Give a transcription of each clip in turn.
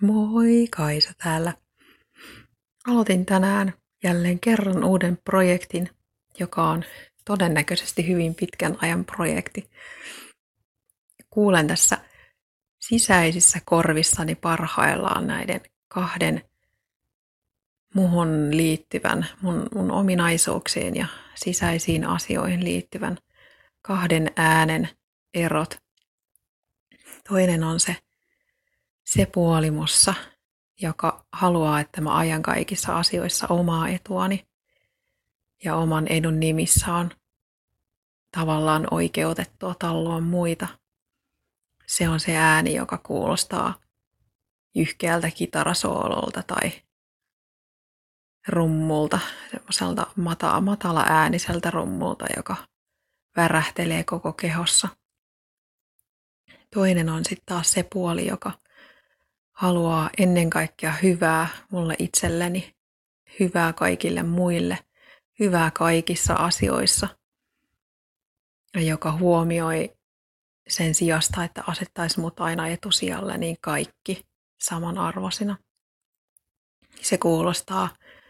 Moi, Kaisa täällä. Aloitin tänään jälleen kerran uuden projektin, joka on todennäköisesti hyvin pitkän ajan projekti. Kuulen tässä sisäisissä korvissani parhaillaan näiden kahden muhun liittyvän, mun ominaisuuksiin ja sisäisiin asioihin liittyvän kahden äänen erot. Toinen on se puoli mussa, joka haluaa, että mä ajan kaikissa asioissa omaa etuani ja oman edun nimissä on tavallaan oikeutettua talloa muita. Se on se ääni, joka kuulostaa jyhkeältä kitarasoololta tai rummulta, semmoiselta matala ääniseltä rummulta, joka värähtelee koko kehossa. Toinen on sitten taas se puoli, joka haluaa ennen kaikkea hyvää mulle itselleni, hyvää kaikille muille, hyvää kaikissa asioissa, ja joka huomioi sen sijasta, että asettaisi mut aina etusijalle, niin kaikki samanarvoisina. Se kuulostaa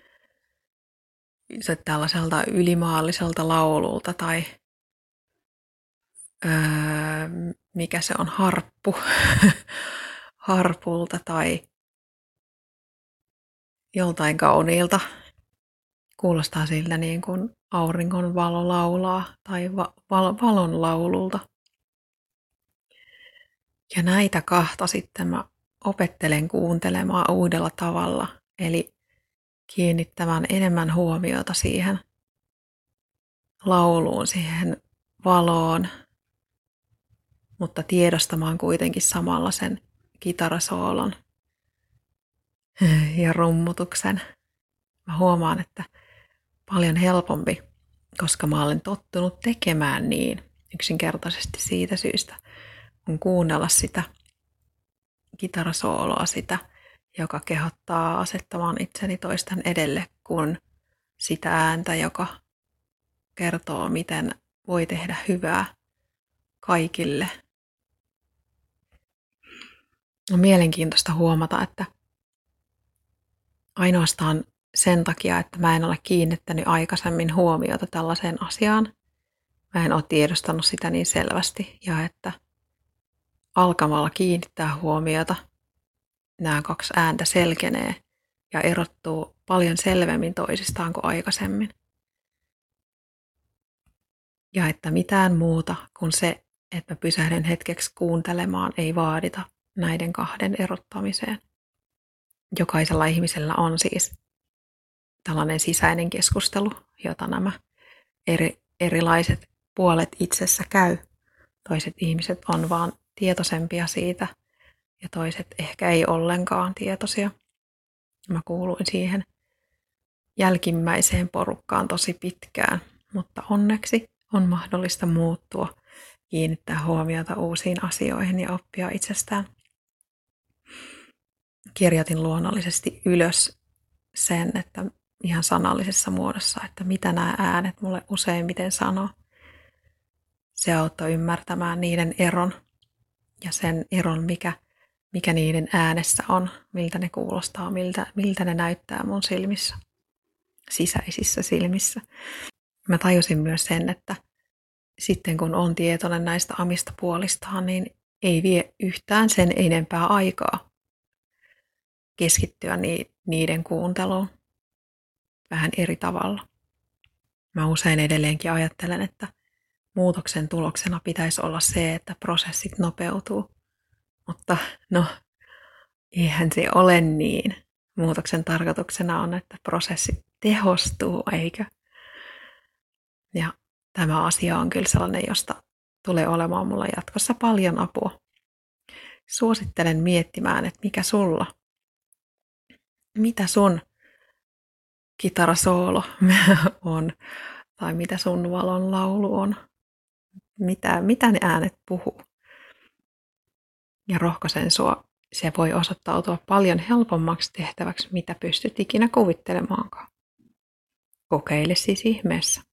tällaiselta ylimaalliselta laululta tai mikä se on, harpulta tai joltain kauniilta. Kuulostaa siltä niin kuin auringon valo laulaa tai valon laululta. Ja näitä kahta sitten mä opettelen kuuntelemaan uudella tavalla, eli kiinnittämään enemmän huomiota siihen lauluun, siihen valoon, mutta tiedostamaan kuitenkin samalla sen kitarasoolon ja rummutuksen. Mä huomaan, että paljon helpompi, koska mä olen tottunut tekemään niin yksinkertaisesti siitä syystä, kun kuunnella sitä kitarasooloa, sitä, joka kehottaa asettamaan itseni toisten edelle, kun sitä ääntä, joka kertoo, miten voi tehdä hyvää kaikille. On mielenkiintoista huomata, että ainoastaan sen takia, että mä en ole kiinnittänyt aikaisemmin huomiota tällaiseen asiaan, mä en ole tiedostanut sitä niin selvästi, ja että alkamalla kiinnittää huomiota, nämä kaksi ääntä selkenee ja erottuu paljon selvemmin toisistaan kuin aikaisemmin. Ja että mitään muuta kuin se, että mä pysähdyn hetkeksi kuuntelemaan, ei vaadita näiden kahden erottamiseen. Jokaisella ihmisellä on siis tällainen sisäinen keskustelu, jota nämä erilaiset puolet itsessä käy. Toiset ihmiset on vaan tietoisempia siitä ja toiset ehkä ei ollenkaan tietoisia. Mä kuuluin siihen jälkimmäiseen porukkaan tosi pitkään, mutta onneksi on mahdollista muuttua, kiinnittää huomiota uusiin asioihin ja oppia itsestään. Kirjoitin luonnollisesti ylös sen, että ihan sanallisessa muodossa, että mitä nämä äänet mulle useimmiten sanoo. Se auttoi ymmärtämään niiden eron ja sen eron, mikä niiden äänessä on, miltä ne kuulostaa, miltä ne näyttää mun silmissä, sisäisissä silmissä. Mä tajusin myös sen, että sitten kun on tietoinen näistä omista puolistaan, niin ei vie yhtään sen enempää aikaa keskittyä niiden kuunteluun vähän eri tavalla. Mä usein edelleenkin ajattelen, että muutoksen tuloksena pitäisi olla se, että prosessit nopeutuu. Mutta eihän se ole niin. Muutoksen tarkoituksena on, että prosessit tehostuu, eikö? Ja tämä asia on kyllä sellainen, josta tulee olemaan mulla jatkossa paljon apua. Suosittelen miettimään, että mitä sun kitarasoolo on, tai mitä sun valon laulu on, mitä ne äänet puhuu. Ja rohkaisen sua, se voi osoittautua paljon helpommaksi tehtäväksi, mitä pystyt ikinä kuvittelemaankaan. Kokeile siis ihmeessä.